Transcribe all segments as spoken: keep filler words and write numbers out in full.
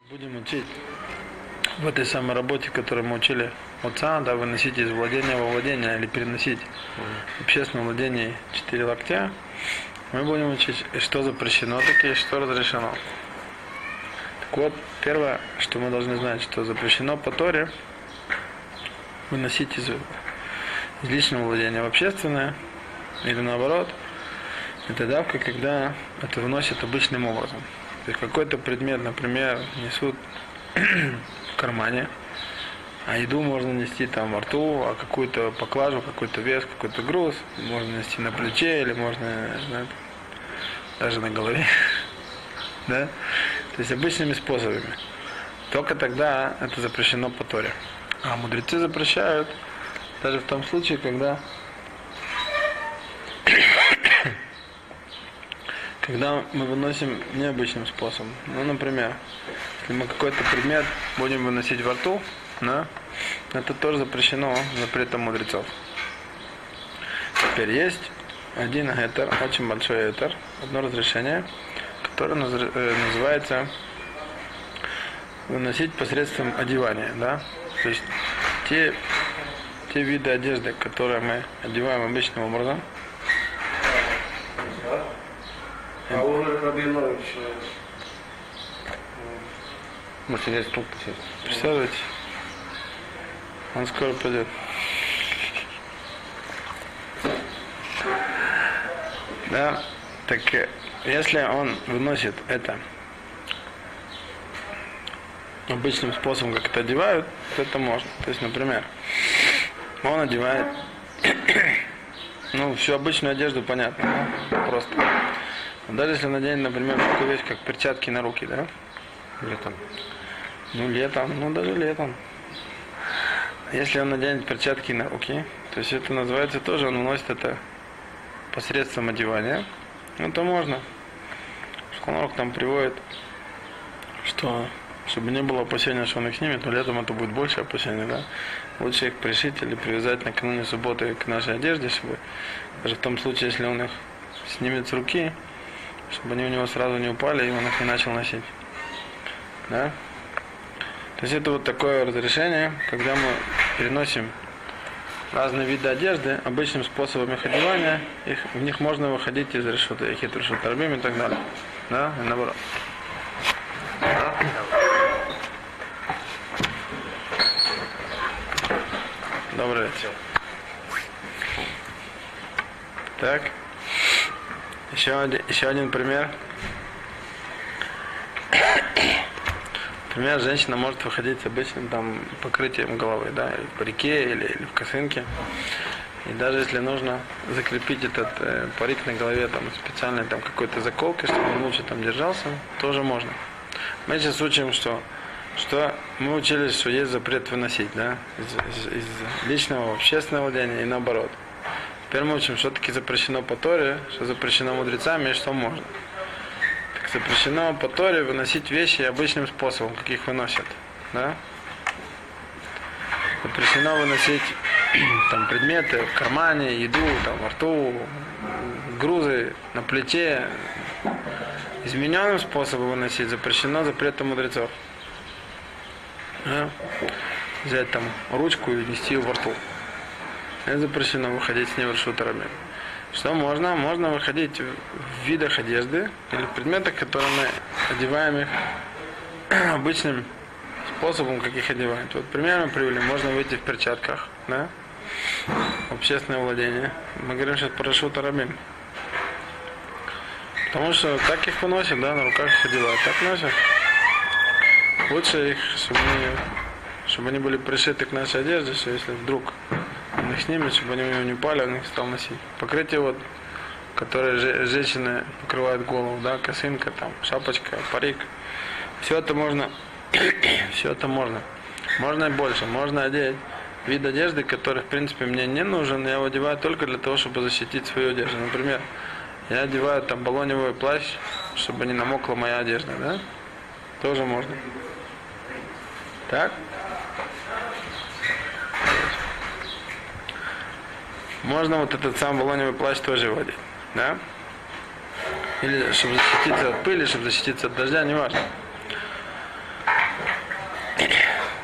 Будем учить в этой самой работе, которую мы учили отца, да, выносить из владения во владение или переносить в общественное владение четыре локтя. Мы будем учить, что запрещено такие, что разрешено. Так вот, первое, что мы должны знать, что запрещено по Торе выносить из, из личного владения в общественное, или наоборот, это давка, когда это выносят обычным образом. То есть какой-то предмет, например, несут в кармане, а еду можно нести там во рту, а какую-то поклажу, какой-то вес, какой-то груз можно нести на плече или можно, знаю, даже на голове. Да? То есть обычными способами. Только тогда это запрещено по Торе. А мудрецы запрещают даже в том случае, когда когда мы выносим необычным способом. Ну, например, если мы какой-то предмет будем выносить во рту, да, это тоже запрещено запретом мудрецов. Теперь есть один гетер, очень большой гетер, одно разрешение, которое называется выносить посредством одевания, да. То есть те, те виды одежды, которые мы одеваем обычным образом. А он Рабинович. Может, здесь тут сесть. Представляете? Он скоро пойдет. Да, так если он выносит это обычным способом, как это одевают, то это можно. То есть, например, он одевает ну, всю обычную одежду, понятно, да? Просто. Даже если наденет, например, такую вещь, как перчатки на руки, да? Летом. Ну, летом, ну, даже летом. Если он наденет перчатки на руки, то есть это называется тоже, он выносит это посредством одевания, ну, то можно. Шхонорх там приводит, что, чтобы не было опасения, что он их снимет, но летом это будет больше опасения, да? Лучше их пришить или привязать накануне субботы к нашей одежде, чтобы, даже в том случае, если он их снимет с руки, чтобы они у него сразу не упали, и он их не начал носить. Да? То есть это вот такое разрешение, когда мы переносим разные виды одежды обычным способом их одевания, их, в них можно выходить из решута, их и решута рабим и так далее. Да? И наоборот. Добрый вечер. Так. Еще один, еще один пример. Например, женщина может выходить с обычным там покрытием головы, да, или в парике, или, или в косынке. И даже если нужно закрепить этот э, парик на голове там специальной там какой-то заколкой, чтобы он лучше там держался, тоже можно. Мы сейчас учим, что, что мы учились, что есть запрет выносить, да, из, из, из личного в общественное владение и наоборот. Теперь мы учим, что таки запрещено по Торе, что запрещено мудрецами и что можно. Так запрещено по Торе выносить вещи обычным способом, как их выносят. Да? Запрещено выносить там, предметы в кармане, еду, там, во рту, грузы на плече. Измененным способом выносить запрещено запретом мудрецов. Да? Взять там ручку и нести ее во рту. Это запрещено выходить с ней в решут рабим. Что можно? Можно выходить в видах одежды или в предметах, которые мы одеваем их обычным способом, как их одеваем. Вот пример мы привели. Можно выйти в перчатках, да? В общественное владение. Мы говорим сейчас про решут рабим. Потому что так их выносят, да, на руках их одевают. Так носят. Лучше их, чтобы они, чтобы они были пришиты к нашей одежде, что если вдруг он их снимет, чтобы они у него не упали, он их стал носить. Покрытие вот, которое же, женщины покрывают голову, да, косынка, там, шапочка, парик. Все это можно, все это можно. Можно и больше. Можно одеть вид одежды, который, в принципе, мне не нужен, я его одеваю только для того, чтобы защитить свою одежду. Например, я одеваю там баллоневый плащ, чтобы не намокла моя одежда, да? Тоже можно. Так? Можно вот этот сам баллоневый плащ тоже водить, да? Или чтобы защититься от пыли, чтобы защититься от дождя, не важно.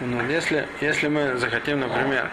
Ну, если, если мы захотим, например,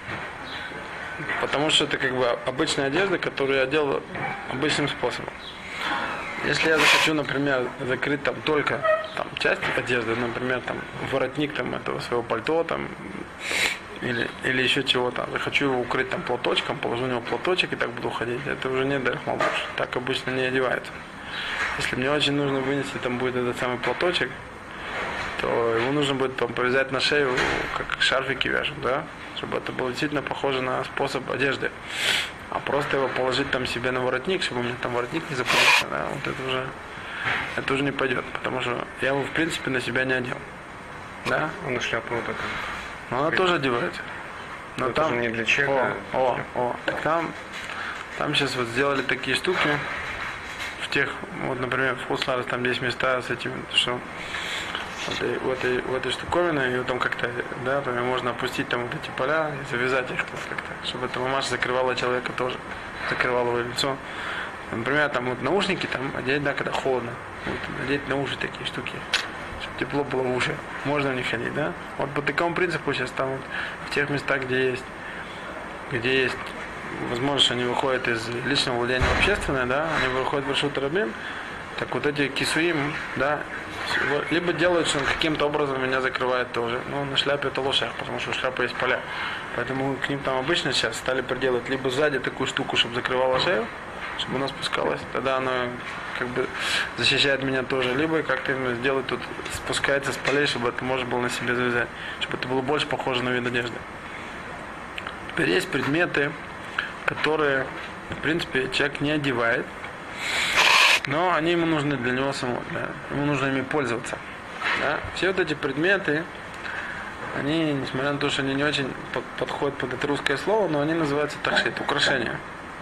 потому что это как бы обычная одежда, которую я делаю обычным способом. Если я захочу, например, закрыть там только там, часть одежды, например, там воротник там, этого своего пальто там, или, или еще чего-то, захочу его укрыть там платочком, положу у него платочек и так буду ходить, это уже не дерech малбуш. Так обычно не одевается. Если мне очень нужно вынести, там будет этот самый платочек, то его нужно будет там, повязать на шею, как шарфики вяжут, да, чтобы это было действительно похоже на способ одежды. А просто его положить там себе на воротник, чтобы у меня там воротник не запутался, да, вот это уже, это уже не пойдет, потому что я его в принципе на себя не одел, да. А на шляпу вот такая. Но она тоже одевается. Но это там же не для чека. О, о, о. Так там, там сейчас вот сделали такие штуки. В тех, вот, например, в Хусларес там есть места с этим, что вот этой, в этой, в этой штуковине, ее там как-то, да, там можно опустить там вот эти поля и завязать их тут как-то, чтобы эта мамаша закрывала человека тоже, закрывала его лицо. Например, там вот наушники там одеть, да, когда холодно, вот, одеть на уши такие штуки, чтобы тепло было в уши, можно в них ходить, да. Вот по такому принципу сейчас там вот в тех местах, где есть, где есть возможно, они выходят из личного владения в общественное, да, они выходят в Рашут Рабим, так вот эти кисуим, да, либо делают, что он каким-то образом меня закрывает тоже. Ну, на шляпе это лошадь, потому что у шляпы есть поля. Поэтому к ним там обычно сейчас стали приделать либо сзади такую штуку, чтобы закрывала шею, чтобы она спускалась, тогда она как бы защищает меня тоже, либо как-то именно сделать тут, спускается с полей, чтобы это можно было на себе завязать, чтобы это было больше похоже на вид одежды. Теперь есть предметы, которые, в принципе, человек не одевает, но они ему нужны для него самого, да? Ему нужно ими пользоваться. Да? Все вот эти предметы, они, несмотря на то, что они не очень под, подходят под это русское слово, но они называются такшит, украшения.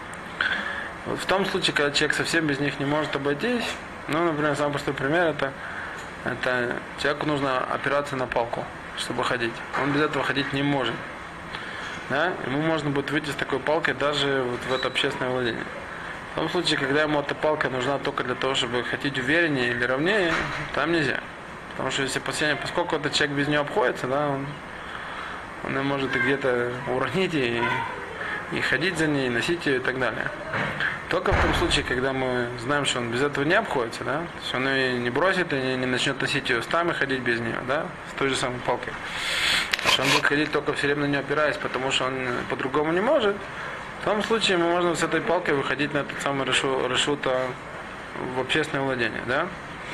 Вот в том случае, когда человек совсем без них не может обойтись, ну, например, самый простой пример, это, это человеку нужно опираться на палку, чтобы ходить. Он без этого ходить не может. Да? Ему можно будет выйти с такой палкой даже вот в это общественное владение. В том случае, когда ему эта палка нужна только для того, чтобы ходить увереннее или ровнее, там нельзя. Потому что если последнее, поскольку этот человек без нее обходится, да, он, он ее может и где-то уронить и, и ходить за ней, и носить ее и так далее. Только в том случае, когда мы знаем, что он без этого не обходится, да, то есть он ее не бросит и не, не начнет носить ее устами, ходить без нее, да, с той же самой палкой. Что он будет ходить только все время на нее опираясь, потому что он по-другому не может. В том случае мы можем с этой палкой выходить на этот самый решу, решута в общественное владение, да?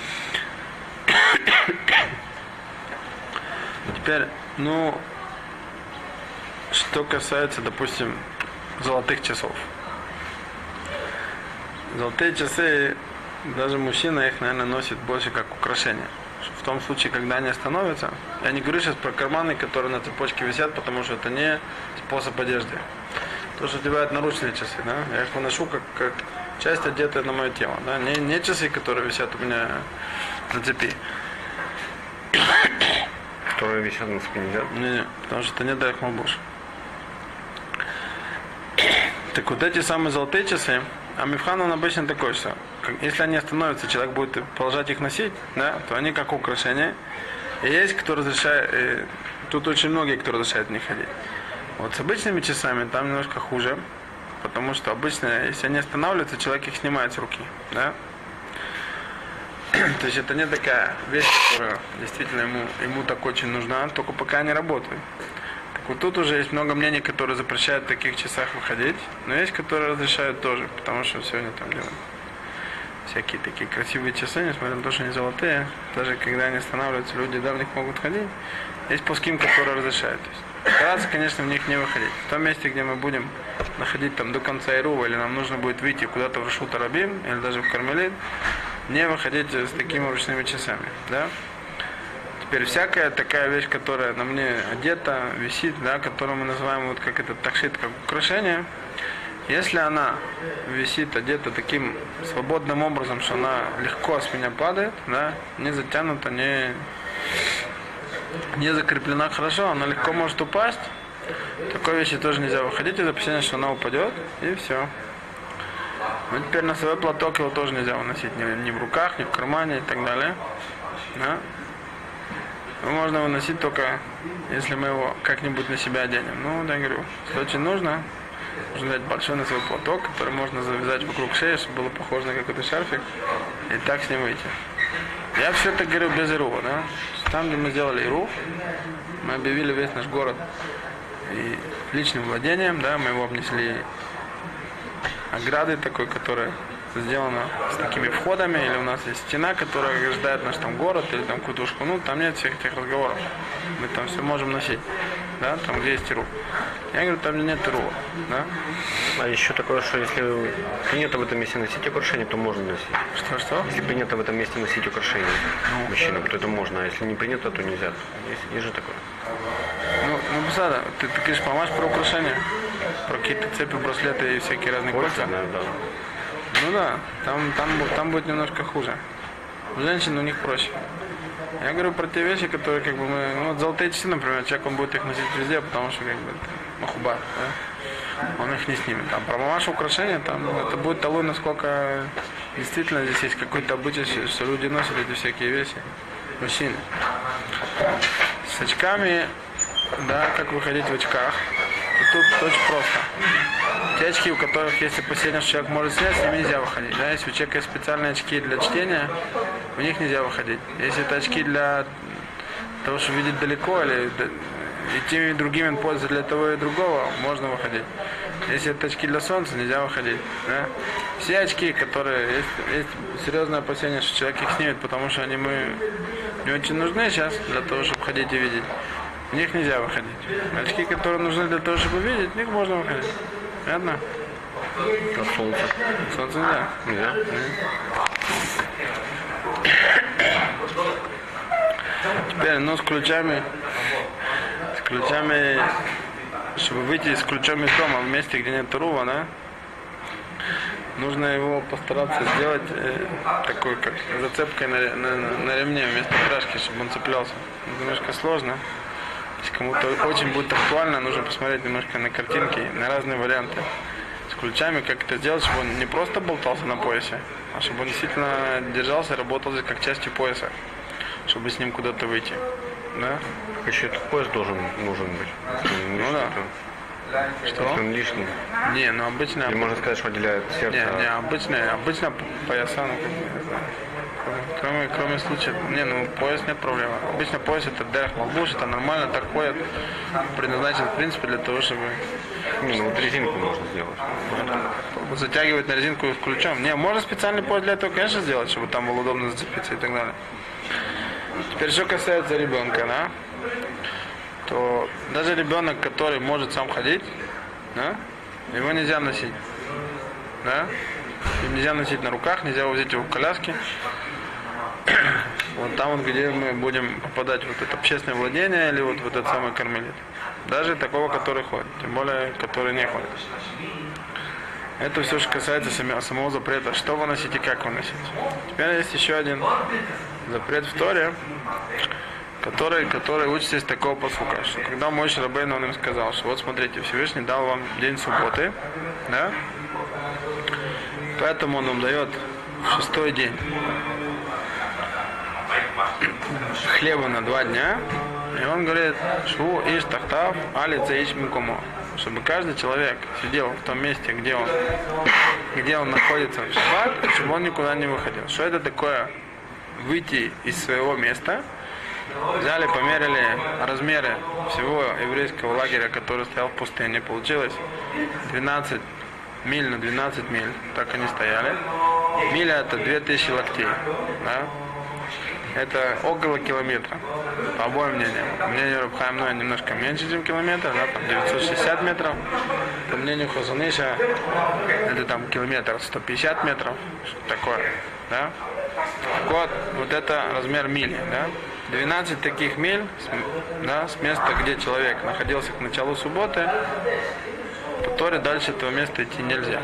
Теперь, ну, что касается, допустим, золотых часов. Золотые часы, даже мужчина их, наверное, носит больше как украшение. В том случае, когда они становятся, я не говорю сейчас про карманы, которые на цепочке висят, потому что это не способ одежды. То, что одевают наручные часы, да, я их выношу как, как часть, одетая на мое тело, да, не, не часы, которые висят у меня на цепи. Которые висят на спине, да? Не, не, потому что это не дерech малбуш. Так вот эти самые золотые часы, а мивхан он обычно такой, что если они становятся, человек будет продолжать их носить, да, то они как украшение. И есть, кто разрешает, и тут очень многие, кто разрешает в них ходить. Вот с обычными часами там немножко хуже, потому что обычно, если они останавливаются, человек их снимает с руки, да. То есть это не такая вещь, которая действительно ему, ему так очень нужна, только пока они работают. Так вот тут уже есть много мнений, которые запрещают в таких часах выходить, но есть, которые разрешают тоже, потому что сегодня там делают всякие такие красивые часы, несмотря на то, что они золотые, даже когда они останавливаются, люди да, в них могут ходить. Есть пуским, которые разрешают. То есть, стараться, конечно, в них не выходить. В том месте, где мы будем находить там до конца Ирува, или нам нужно будет выйти куда-то в Решут Рабим, или даже в Кармелит, не выходить с такими ручными часами. Да? Теперь всякая такая вещь, которая на мне одета, висит, да, которую мы называем вот как это такшит, как украшение, если она висит, одета таким свободным образом, что она легко с меня падает, да, не затянута, не, не закреплена хорошо, она легко может упасть, такой вещи тоже нельзя выходить из опасения, что она упадет, и все. Ну, теперь носовой платок его тоже нельзя выносить ни, ни в руках, ни в кармане и так далее. Да? Но можно его носить только, если мы его как-нибудь на себя оденем. Ну, да, я говорю, если очень нужно, нужно взять большой носовой платок, который можно завязать вокруг шеи, чтобы было похоже на какой-то шарфик, и так с ним выйти. Я все это говорю без ирува, да? Там, где мы сделали ирув, мы объявили весь наш город и личным владением, да, мы его обнесли оградой такой, которая сделана с такими входами, или у нас есть стена, которая ограждает наш там город, или там какую-то шхуну, там нет всех этих разговоров. Мы там все можем носить, да, там где есть ирув. Я говорю, там нет ирува, да. А еще такое, что если принято в этом месте носить украшения, то можно носить. Что-что? Если принято в этом месте носить украшения Ну. мужчинам, то это можно, а если не принято, то нельзя. Есть, есть же такое. Ну, ну, посада, ты, ты, конечно, понимаешь про украшения, про какие-то цепи, браслеты и всякие разные Кольца, кольца. да, да. Ну да, там, там, бу- там будет немножко хуже. У женщин у них проще. Я говорю про те вещи, которые как бы мы... Ну, вот золотые часы, например, человек он будет их носить везде, потому что как бы это махуба, да? Он их не снимет. А про мамашу украшения, там это будет того, насколько действительно здесь есть какой-то обычай, что люди носят эти всякие вещи. Мужчины. С очками, да, как выходить в очках. И тут очень просто. Те очки, у которых есть опасения, что человек может снять, с ними нельзя выходить. Да? Если у человека есть специальные очки для чтения, в них нельзя выходить. Если это очки для того, чтобы видеть далеко, или и теми и другими пользуются для того и другого, можно выходить. Если это очки для солнца, нельзя выходить. Да? Все очки, которые есть, есть серьезное опасение, что человек их снимет, потому что они мы не очень нужны сейчас для того, чтобы ходить и видеть. В них нельзя выходить. Очки, которые нужны для того, чтобы видеть, в них можно выходить. Понятно? А солнце? Солнце нельзя. Нельзя? Теперь, ну, с ключами, с ключами, чтобы выйти с ключом из дома в месте, где нет рува, да, нужно его постараться сделать э, такой, как зацепкой на, на, на ремне вместо пряжки, чтобы он цеплялся. Это немножко сложно. Если кому-то очень будет актуально, нужно посмотреть немножко на картинки, на разные варианты с ключами, как это сделать, чтобы он не просто болтался на поясе, а чтобы он действительно держался и работал здесь как частью пояса, чтобы с ним куда-то выйти. Да? Еще этот пояс должен, нужен быть. Ну да. Что? Если он лишний. Не, ну обычно... Или можно сказать, что отделяет сердце. Не, не, обычно, обычно пояса, ну, как бы, не знаю. Кроме, кроме случая, не, ну пояс нет проблемы. Обычно пояс это дерх малбуш, это нормально, так ходят. Предназначен в принципе для того, чтобы Не, ну вот резинку можно сделать. затягивать на резинку с ключом. Не, можно специальный пояс для этого, конечно, сделать, чтобы там было удобно зацепиться и так далее. Теперь, что касается ребенка, да, то даже ребенок, который может сам ходить, да, его нельзя носить. Да? Его нельзя носить на руках, нельзя возить его в коляске. Вот там вот, где мы будем попадать в вот это общественное владение или вот в этот самый кармелит. Даже такого, который ходит, тем более, который не ходит. Это все, что касается самого запрета, что выносить и как выносить. Теперь есть еще один запрет в Торе, который, который учится из такого посука, что когда Моше Рабейну он им сказал, что вот смотрите, Всевышний дал вам день субботы, да? Поэтому он вам дает шестой день хлеба на два дня, и он говорит, шу иш тахтав али цаиш микомо, чтобы каждый человек сидел в том месте, где он, где он находится в шаббат, чтобы он никуда не выходил. Что это такое? Выйти из своего места. Взяли, померили размеры всего еврейского лагеря, который стоял в пустыне. Получилось двенадцать миль на двенадцать миль. Так они стояли. Миля это две тысячи локтей. Да? Это около километра. По обоим мнениям. По мнению Раб Хаим Ноя немножко меньше, чем километр. Да? Там девятьсот шестьдесят метров. По мнению Хазуниша это там километр сто пятьдесят метров. Что такое. Да? Так вот, вот это размер мили. Да? двенадцать таких миль, да, с места, где человек находился к началу субботы, по Торе дальше этого места идти нельзя.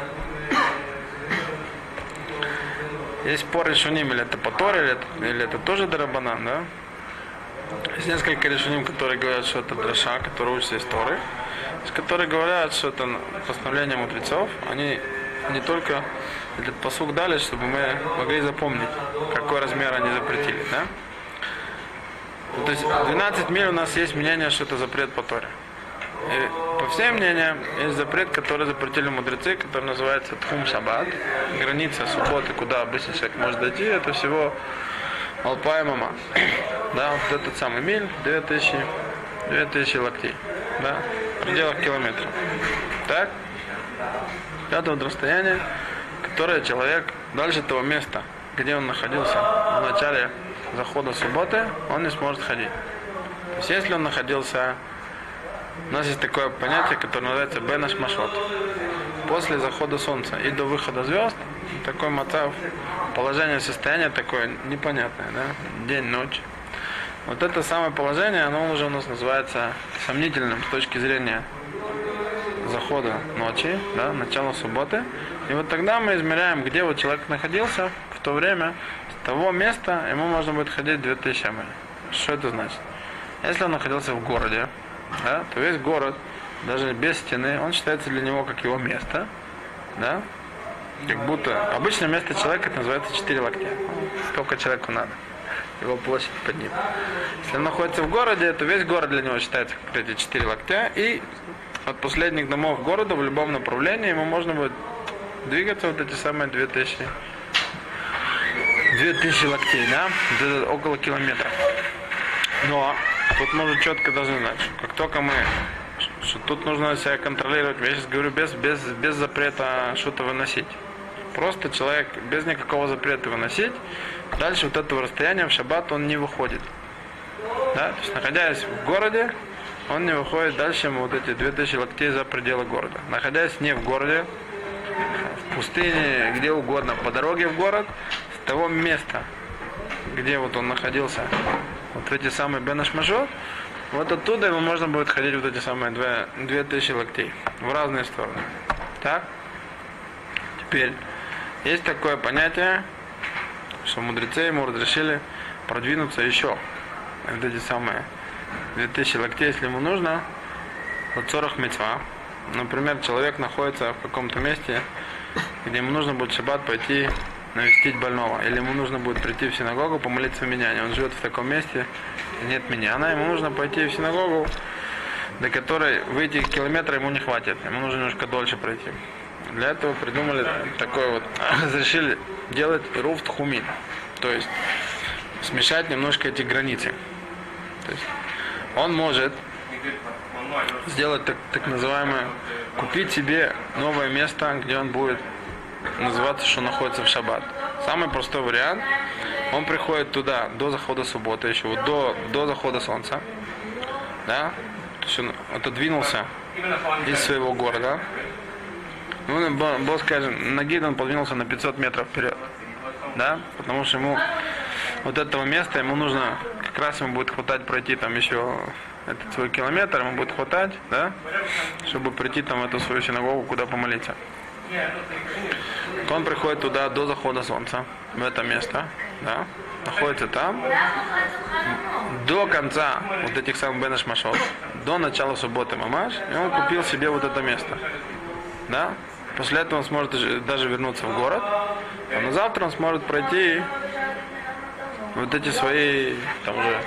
Есть спор решуним, или это по Торе, или это, или это тоже дарабанан, да? Есть несколько решуним, которые говорят, что это драша, которые учатся из Торы, с которые говорят, что это постановление мудрецов. Они не только этот пасук дали, чтобы мы могли запомнить, какой размер они запретили, да? То есть двенадцать миль у нас есть мнение, что это запрет по Торе. И по всем мнениям есть запрет, который запретили мудрецы, который называется Тхум Шаббат. Граница субботы, куда обычный человек может дойти, это всего Алпай Мама. Да, вот этот самый миль, две тысячи, две тысячи локтей. Да, в пределах километра. Так? Это вот расстояние, которое человек дальше того места, где он находился в начале захода субботы, он не сможет ходить. То есть если он находился, у нас есть такое понятие, которое называется Бен Ашмашот. После захода солнца и до выхода звезд, такой мацав, положение, состояние такое непонятное, да? День, ночь. Вот это самое положение, оно уже у нас называется сомнительным с точки зрения захода ночи, да, начала субботы. И вот тогда мы измеряем, где вот человек находился в то время, с того места ему можно будет ходить две тысячи миль. Что это значит? Если он находился в городе, да, то весь город, даже без стены, он считается для него как его место, да, как будто обычное место человека это называется четыре локтя. Сколько человеку надо, его площадь под ним. Если он находится в городе, то весь город для него считается как эти четыре локтя, и от последних домов города в любом направлении ему можно будет двигаться вот эти самые две тысячи, две тысячи локтей, да, где-то около километра. Но тут мы уже четко должны знать, как только мы, что тут нужно себя контролировать, я сейчас говорю без, без, без запрета что-то выносить. Просто человек без никакого запрета выносить, дальше вот этого расстояния в шаббат он не выходит. Да? То есть находясь в городе, он не выходит дальше ему вот эти две тысячи локтей за пределы города. Находясь не в городе, в пустыне, где угодно, по дороге в город, с того места, где вот он находился, вот в эти самые Бен Ашмашот, вот оттуда ему можно будет ходить вот эти самые две тысячи локтей в разные стороны. Так? Теперь, есть такое понятие, что мудрецы ему разрешили продвинуться еще. Вот эти самые две тысячи локтей, если ему нужно, вот сорок мицва. Например, человек находится в каком-то месте, где ему нужно будет в шаббат пойти навестить больного, или ему нужно будет прийти в синагогу, помолиться в миньяне. Он живет в таком месте, нет миньяна, ему нужно пойти в синагогу, до которой выйти километра ему не хватит, ему нужно немножко дольше пройти. Для этого придумали такое вот, разрешили делать руф тхумин, то есть смешать немножко эти границы. То есть он может сделать так, так называемое, купить себе новое место, где он будет называться, что находится в шаббат. Самый простой вариант, он приходит туда до захода субботы, еще вот до, до захода солнца, да, то есть он отодвинулся из своего города. Ну, был, скажем, на гид он подвинулся на пятьсот метров вперед, да, потому что ему вот этого места ему нужно, как раз ему будет хватать пройти там еще этот свой километр, ему будет хватать, да, чтобы прийти там в эту свою синагогу, куда помолиться. Он приходит туда до захода солнца, в это место, да, находится там, до конца вот этих самых Бен Ашмашот, до начала субботы мамаш, и он купил себе вот это место, да. После этого он сможет даже вернуться в город, а на завтра он сможет пройти вот эти свои, там уже,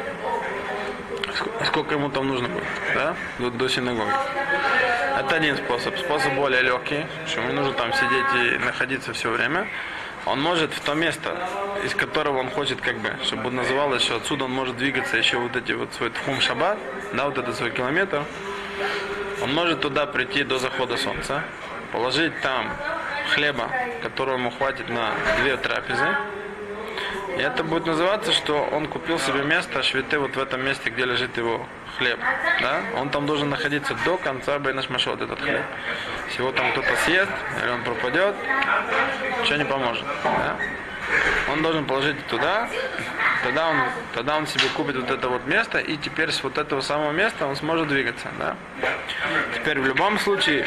сколько ему там нужно будет, да, до, до синагоги. Это один способ. Способ более легкий, что ему нужно там сидеть и находиться все время. Он может в то место, из которого он хочет, как бы, чтобы называлось, что отсюда он может двигаться еще вот эти вот свой тхум шаббат, да, вот этот свой километр. Он может туда прийти до захода солнца, положить там хлеба, которого ему хватит на две трапезы. И это будет называться, что он купил себе место швиты вот в этом месте, где лежит его хлеб. Да? Он там должен находиться до конца Бен Ашмашот, этот хлеб. Если его там кто-то съест, или он пропадет, ничего не поможет. Да? Он должен положить туда, тогда он, тогда он себе купит вот это вот место, и теперь с вот этого самого места он сможет двигаться. Да? Теперь в любом случае,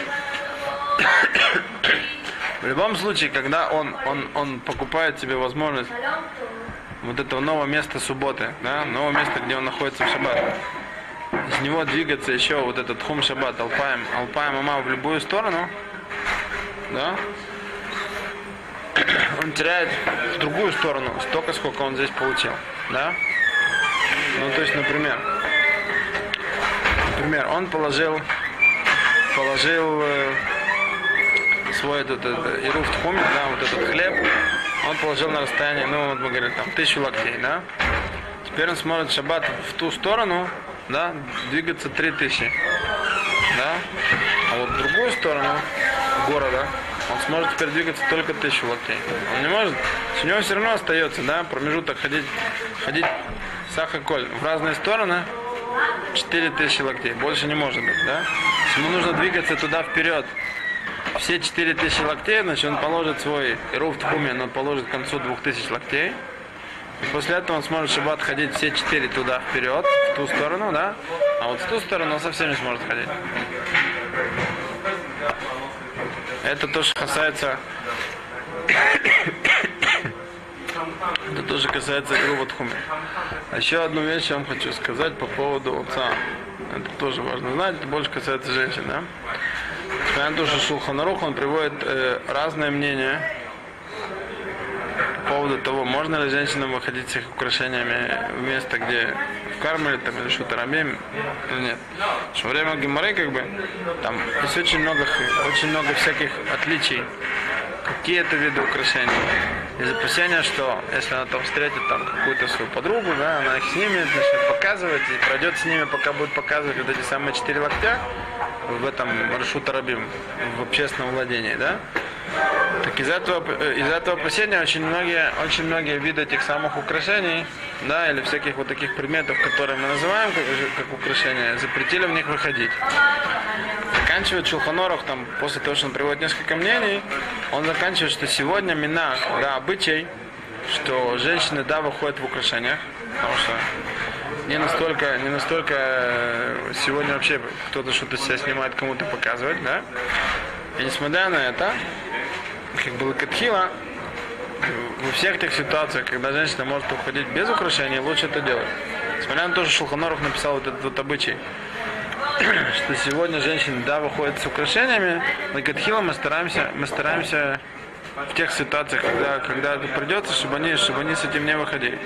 в любом случае, когда он, он, он покупает себе возможность вот этого нового места субботы, да, нового места, где он находится в шаббат, из него двигаться еще вот этот хум шаббат, алпаем, алпаем ама в любую сторону, да, он теряет в другую сторону столько, сколько он здесь получил, да. Ну, то есть, например, например, он положил, положил э, свой этот, этот ируф тхумин, да, вот этот хлеб, он положил на расстояние, ну, вот мы говорим, там, тысячу локтей, да. Теперь он сможет в шаббат в ту сторону, да, двигаться три тысячи, да. А вот в другую сторону города он сможет теперь двигаться только тысячу локтей. Он не может, у него все равно остается, да, промежуток ходить, ходить сахаколь в разные стороны четыре тысячи локтей, больше не может быть, да. Если ему нужно двигаться туда вперед все четыре тысячи локтей, значит он положит свой ируф тхумин, он положит к концу двух тысяч локтей. И после этого он сможет в шаббат ходить все четыре туда вперед, в ту сторону, да, а вот в ту сторону он совсем не сможет ходить. Это тоже касается, это тоже касается ируфа тхумин. А еще одну вещь я вам хочу сказать по поводу отца. Это тоже важно знать, это больше касается женщин, да. Несмотря на то, что Шулхан Арух, он приводит э, разные мнения по поводу того, можно ли женщинам выходить с их украшениями в место, где в Кармеле, там, или Шутарабим, или нет. Что во время Гемары, как бы, там есть очень много, очень много всяких отличий, какие это виды украшений. Из опасения, что если она там встретит там какую-то свою подругу, да, она их снимет, начнет показывать, и пройдет с ними, пока будет показывать вот эти самые четыре локтя в этом Рашут Арабим, в общественном владении, да. Так из этого, из этого опасения очень многие, очень многие виды этих самых украшений, да, или всяких вот таких предметов, которые мы называем как, как украшения, запретили в них выходить. Заканчивает Шулхан Арух, там, после того, что он приводит несколько мнений, он заканчивает, что сегодня минах, да, обычай, что женщины, да, выходят в украшениях, потому что не настолько, не настолько сегодня вообще кто-то что-то себя снимает, кому-то показывает, да. И несмотря на это, как было Катхила, во всех тех ситуациях, когда женщина может уходить без украшений, лучше это делать. Несмотря на то, что Шулхан Арух написал вот этот вот обычай, что сегодня женщины, да, выходят с украшениями, но Катхила мы стараемся, мы стараемся в тех ситуациях, когда, когда это придется, чтобы они, чтобы они с этим не выходили.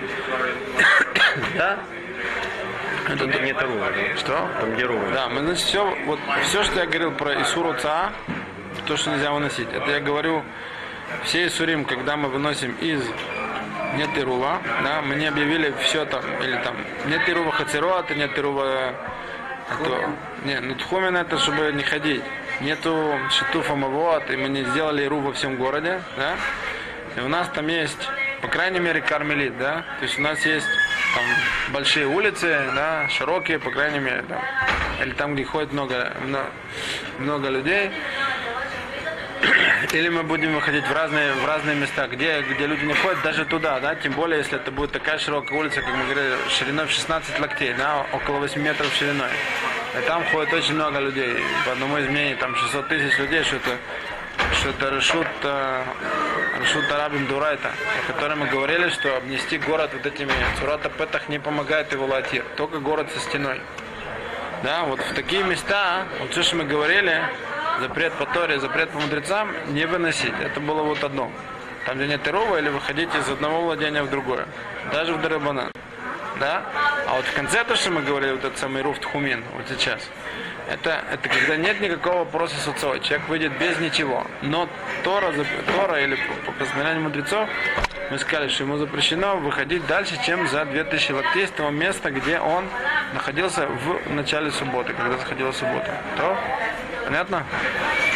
Да? Это не Таруга, да? Что? Там где Руга. Да, мы, значит, все, вот, все, что я говорил про Исуру Цаа, то, что нельзя выносить, это я говорю, все Исурим, когда мы выносим из нет Ирува, да, мы не объявили все там, или там, нет Ирува Хацеруата, нет Ирува, это, не, ну Тхумин это, чтобы не ходить, нету Шитуфа Мавуат, и мы не сделали Иру во всем городе, да, и у нас там есть, по крайней мере, Кармелит, да, то есть у нас есть там большие улицы, да, широкие, по крайней мере, там, или там, где ходит много, много, много людей, или мы будем выходить в разные, в разные места, где, где люди не ходят, даже туда, да, тем более, если это будет такая широкая улица, как мы говорили, шириной в шестнадцать локтей, да, около восьми метров шириной. И там ходит очень много людей. По одному из мнений, там шестьсот тысяч людей, что это, что это Рашут, Рашут Арабим Дурайта, о котором мы говорили, что обнести город вот этими Цурата Петах не помогает его латир, только город со стеной. Да, вот в такие места, вот все, что мы говорили, запрет по Торе, запрет по мудрецам, не выносить. Это было вот одно. Там, где нет Ирова, или выходить из одного владения в другое. Даже в Дарабанан. Да? А вот в конце то, что мы говорили, вот этот самый Ируф Тхумин, вот сейчас, это, это когда нет никакого вопроса с отцом. Человек выйдет без ничего. Но Тора, Тора или по постановлению мудрецов, мы сказали, что ему запрещено выходить дальше, чем за две тысячи локтей с того места, где он находился в начале субботы, когда заходила суббота. То? Понятно?